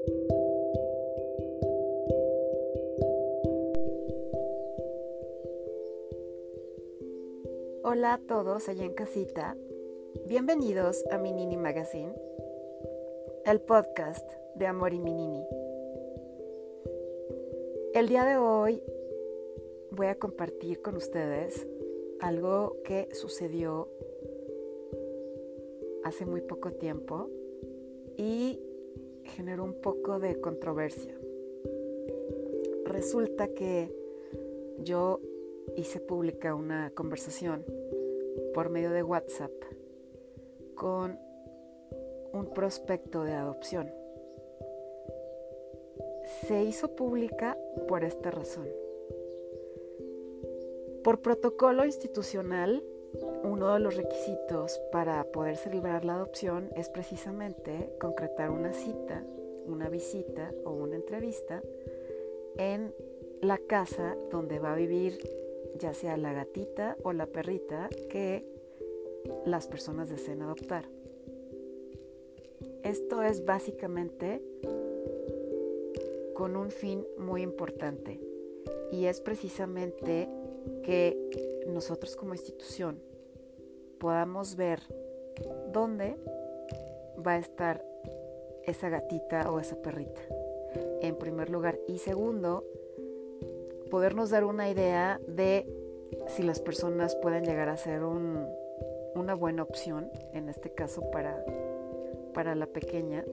Hola a todos allá en casita, bienvenidos a Mi Nini Magazine, el podcast de Amor y Mi Nini. El día de hoy voy a compartir con ustedes algo que sucedió hace muy poco tiempo y generó un poco de controversia. Resulta que yo hice pública una conversación por medio de WhatsApp con un prospecto de adopción. Se hizo pública por esta razón. Por protocolo institucional, uno de los requisitos para poder celebrar la adopción es precisamente concretar una cita, una visita o una entrevista en la casa donde va a vivir ya sea la gatita o la perrita que las personas deseen adoptar. Esto es básicamente con un fin muy importante y es precisamente que nosotros como institución podamos ver dónde va a estar esa gatita o esa perrita, en primer lugar. Y segundo, podernos dar una idea de si las personas pueden llegar a ser una buena opción, en este caso para la pequeña,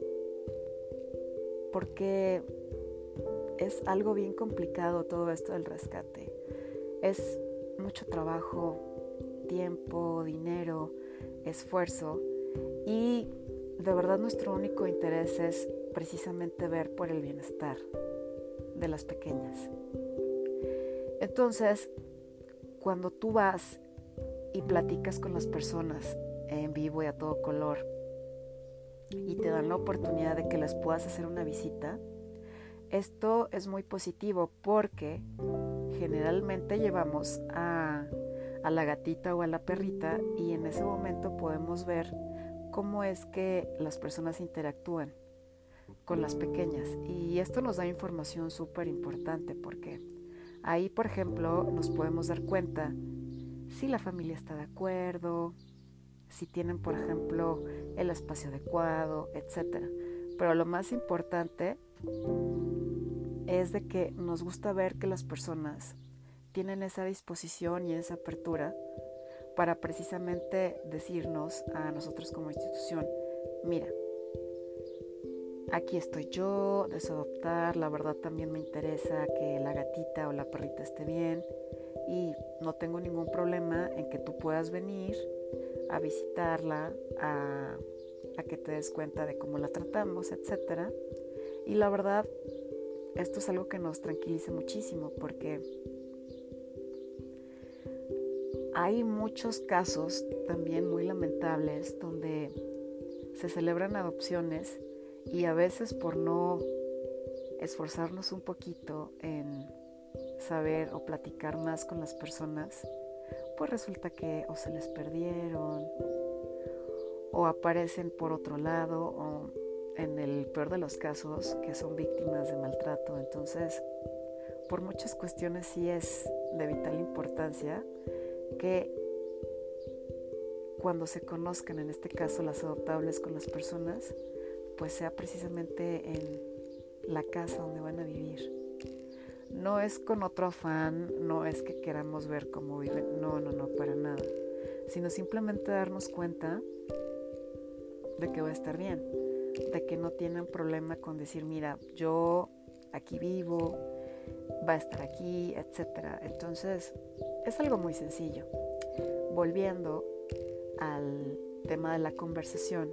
porque es algo bien complicado todo esto del rescate. Es mucho trabajo, tiempo, dinero, esfuerzo, y de verdad nuestro único interés es precisamente ver por el bienestar de las pequeñas. Entonces, cuando tú vas y platicas con las personas en vivo y a todo color y te dan la oportunidad de que les puedas hacer una visita, esto es muy positivo porque generalmente llevamos a la gatita o a la perrita y en ese momento podemos ver cómo es que las personas interactúan con las pequeñas, y esto nos da información súper importante porque ahí, por ejemplo, nos podemos dar cuenta si la familia está de acuerdo, si tienen, por ejemplo, el espacio adecuado, etc. Pero lo más importante es de que nos gusta ver que las personas tienen esa disposición y esa apertura para precisamente decirnos a nosotros como institución: mira, aquí estoy yo, deseo adoptar, la verdad también me interesa que la gatita o la perrita esté bien y no tengo ningún problema en que tú puedas venir a visitarla, a que te des cuenta de cómo la tratamos, etc. Y la verdad, esto es algo que nos tranquiliza muchísimo porque hay muchos casos también muy lamentables donde se celebran adopciones y a veces por no esforzarnos un poquito en saber o platicar más con las personas, pues resulta que o se les perdieron o aparecen por otro lado, o en el peor de los casos que son víctimas de maltrato. Entonces, por muchas cuestiones sí es de vital importancia que cuando se conozcan, en este caso las adoptables con las personas, pues sea precisamente en la casa donde van a vivir. No es con otro afán, no es que queramos ver cómo viven, no, para nada, sino simplemente darnos cuenta de que va a estar bien, de que no tienen problema con decir: mira, yo aquí vivo, va a estar aquí, etc. Entonces, es algo muy sencillo. Volviendo al tema de la conversación,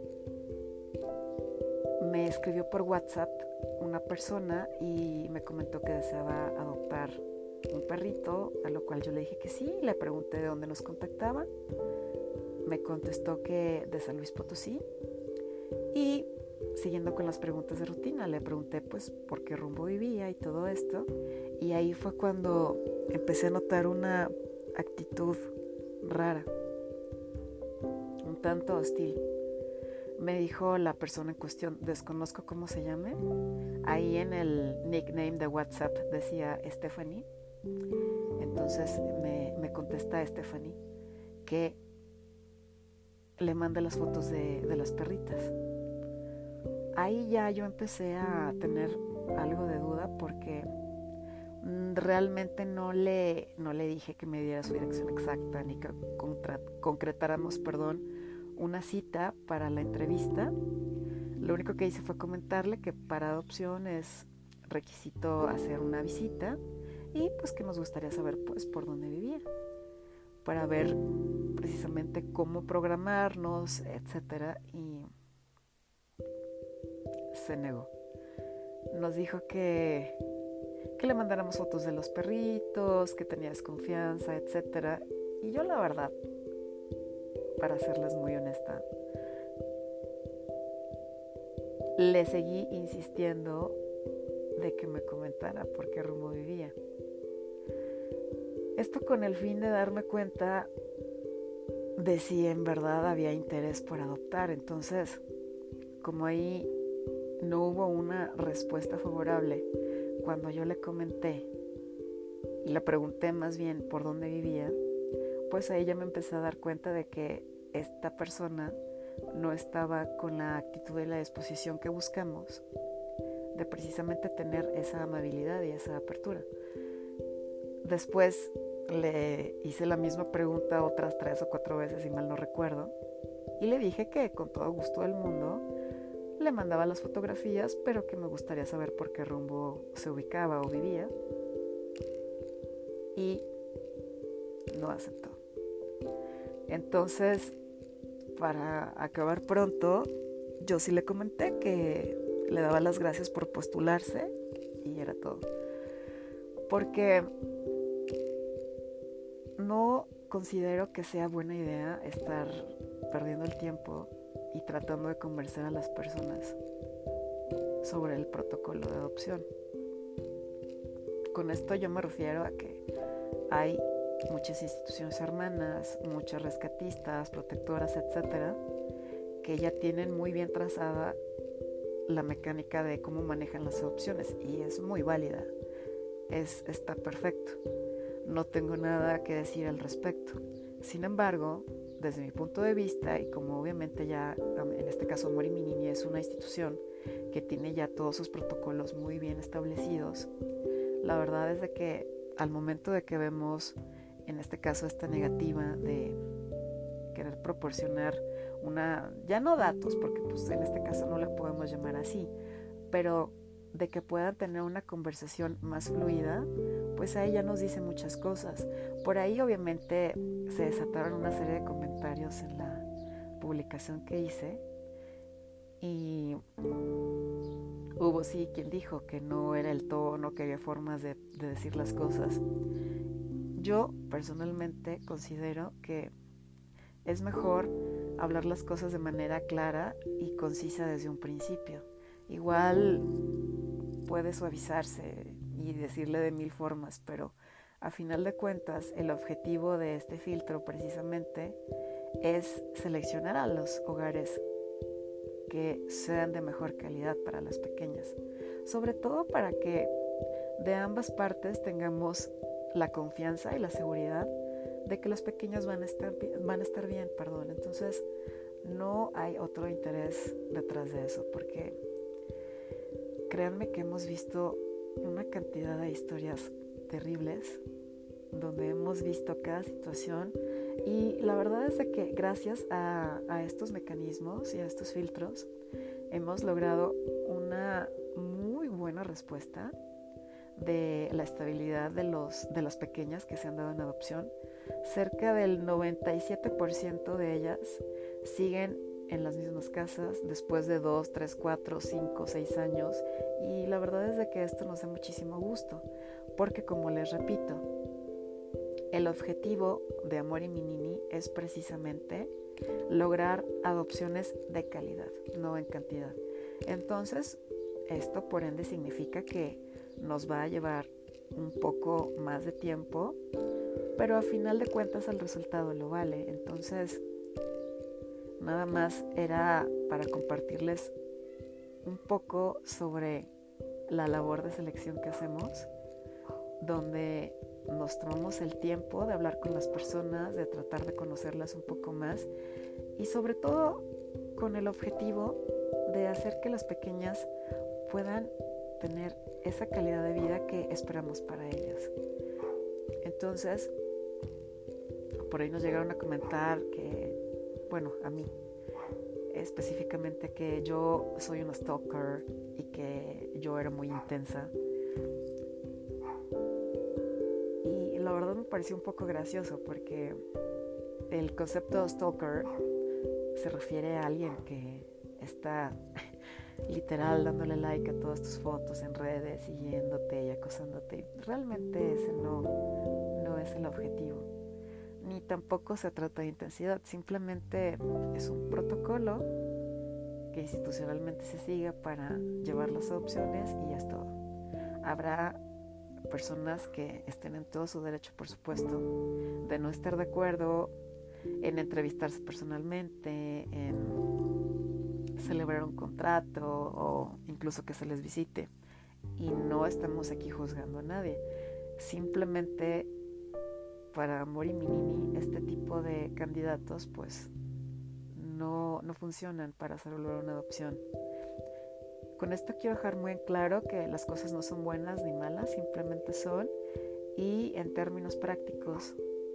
me escribió por WhatsApp una persona y me comentó que deseaba adoptar un perrito, a lo cual yo le dije que sí. Le pregunté de dónde nos contactaba, me contestó que de San Luis Potosí, y siguiendo con las preguntas de rutina, le pregunté pues por qué rumbo vivía y todo esto, y ahí fue cuando empecé a notar una actitud rara, un tanto hostil. Me dijo la persona en cuestión, desconozco cómo se llame, ahí en el nickname de WhatsApp decía Stephanie. Entonces me contesta Stephanie que le mande las fotos de las perritas. Ahí ya yo empecé a tener algo de duda porque realmente no le dije que me diera su dirección exacta ni que concretáramos, una cita para la entrevista. Lo único que hice fue comentarle que para adopción es requisito hacer una visita y pues que nos gustaría saber pues por dónde vivía, para ver precisamente cómo programarnos, etcétera, y se negó. Nos dijo que le mandáramos fotos de los perritos, que tenía desconfianza, etcétera. Y yo la verdad, para serles muy honesta, le seguí insistiendo de que me comentara por qué rumbo vivía. Esto con el fin de darme cuenta de si en verdad había interés por adoptar. Entonces, como ahí no hubo una respuesta favorable cuando yo le comenté y le pregunté más bien por dónde vivía, pues ahí ya me empecé a dar cuenta de que esta persona no estaba con la actitud y la disposición que buscamos de precisamente tener esa amabilidad y esa apertura. Después le hice la misma pregunta otras 3 o 4 veces, si mal no recuerdo, y le dije que con todo gusto del mundo le mandaba las fotografías, pero que me gustaría saber por qué rumbo se ubicaba o vivía, y no aceptó. Entonces, para acabar pronto, yo sí le comenté que le daba las gracias por postularse y era todo. Porque no considero que sea buena idea estar perdiendo el tiempo y tratando de convencer a las personas sobre el protocolo de adopción. Con esto yo me refiero a que hay muchas instituciones hermanas, muchas rescatistas, protectoras, etcétera, que ya tienen muy bien trazada la mecánica de cómo manejan las adopciones y es muy válida, está perfecto. No tengo nada que decir al respecto. Sin embargo, desde mi punto de vista, y como obviamente ya en este caso Amor y Mi Niña es una institución que tiene ya todos sus protocolos muy bien establecidos, la verdad es de que al momento de que vemos en este caso esta negativa de querer proporcionar ya no datos, porque pues en este caso no la podemos llamar así, pero de que puedan tener una conversación más fluida, pues ahí ya nos dice muchas cosas. Por ahí obviamente se desataron una serie de comentarios en la publicación que hice y hubo sí quien dijo que no era el tono, que había formas de decir las cosas. Yo personalmente considero que es mejor hablar las cosas de manera clara y concisa desde un principio. Igual puede suavizarse y decirle de 1000 formas, pero a final de cuentas el objetivo de este filtro precisamente es seleccionar a los hogares que sean de mejor calidad para las pequeñas, sobre todo para que de ambas partes tengamos la confianza y la seguridad de que los pequeños van a estar bien. Entonces no hay otro interés detrás de eso, porque créanme que hemos visto una cantidad de historias terribles donde hemos visto cada situación y la verdad es de que gracias a estos mecanismos y a estos filtros hemos logrado una muy buena respuesta de la estabilidad de las pequeñas que se han dado en adopción. Cerca del 97% de ellas siguen en las mismas casas después de 2, 3, 4, 5, 6 años y la verdad es de que esto nos da muchísimo gusto porque, como les repito, el objetivo de Amor y Mi Nini es precisamente lograr adopciones de calidad, no en cantidad. Entonces, esto por ende significa que nos va a llevar un poco más de tiempo, pero a final de cuentas el resultado lo vale. Entonces, Nada más era para compartirles un poco sobre la labor de selección que hacemos, donde nos tomamos el tiempo de hablar con las personas, de tratar de conocerlas un poco más y sobre todo con el objetivo de hacer que las pequeñas puedan tener esa calidad de vida que esperamos para ellas. Entonces, por ahí nos llegaron a comentar que, bueno, a mí específicamente, que yo soy una stalker y que yo era muy intensa. Y la verdad me pareció un poco gracioso porque el concepto de stalker se refiere a alguien que está literal dándole like a todas tus fotos en redes, siguiéndote y acosándote. Realmente ese no es el objetivo. Ni tampoco se trata de intensidad, simplemente es un protocolo que institucionalmente se siga para llevar las adopciones y ya es todo. Habrá personas que estén en todo su derecho, por supuesto, de no estar de acuerdo en entrevistarse personalmente, en celebrar un contrato o incluso que se les visite. Y no estamos aquí juzgando a nadie. Simplemente para Amor y Minini este tipo de candidatos pues no funcionan para celebrar una adopción. Con esto quiero dejar muy en claro que las cosas no son buenas ni malas, simplemente son, y en términos prácticos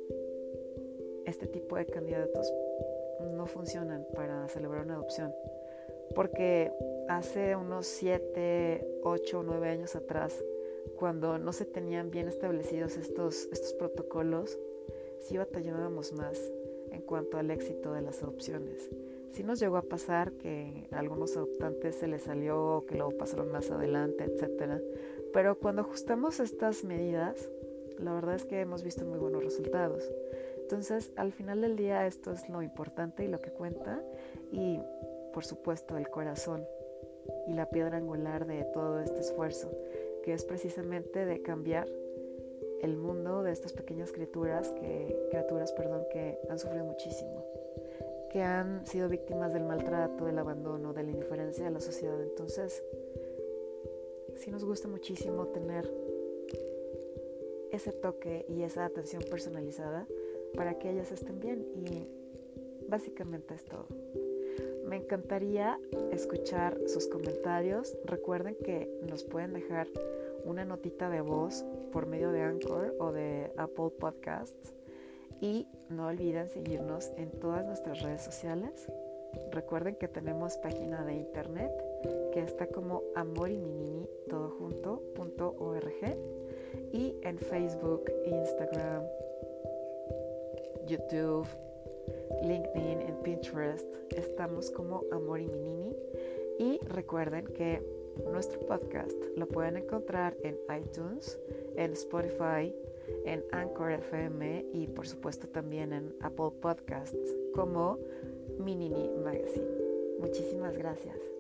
este tipo de candidatos no funcionan para celebrar una adopción, porque hace unos 7, 8 o 9 años atrás, cuando no se tenían bien establecidos estos protocolos, sí batallábamos más en cuanto al éxito de las adopciones. Sí nos llegó a pasar que a algunos adoptantes se les salió, que luego pasaron más adelante, etcétera. Pero cuando ajustamos estas medidas, la verdad es que hemos visto muy buenos resultados. Entonces, al final del día, esto es lo importante y lo que cuenta. Y, por supuesto, el corazón y la piedra angular de todo este esfuerzo, que es precisamente de cambiar el mundo de estas pequeñas criaturas que han sufrido muchísimo, que han sido víctimas del maltrato, del abandono, de la indiferencia de la sociedad. Entonces, sí nos gusta muchísimo tener ese toque y esa atención personalizada para que ellas estén bien, y básicamente es todo. Me encantaría escuchar sus comentarios. Recuerden que nos pueden dejar una notita de voz por medio de Anchor o de Apple Podcasts. Y no olviden seguirnos en todas nuestras redes sociales. Recuerden que tenemos página de internet que está como amoriminini.org, y en Facebook, Instagram, YouTube, LinkedIn, en Pinterest estamos como Amor y Minini. Y recuerden que nuestro podcast lo pueden encontrar en iTunes, en Spotify, en Anchor FM y por supuesto también en Apple Podcasts como Minini Magazine. Muchísimas gracias.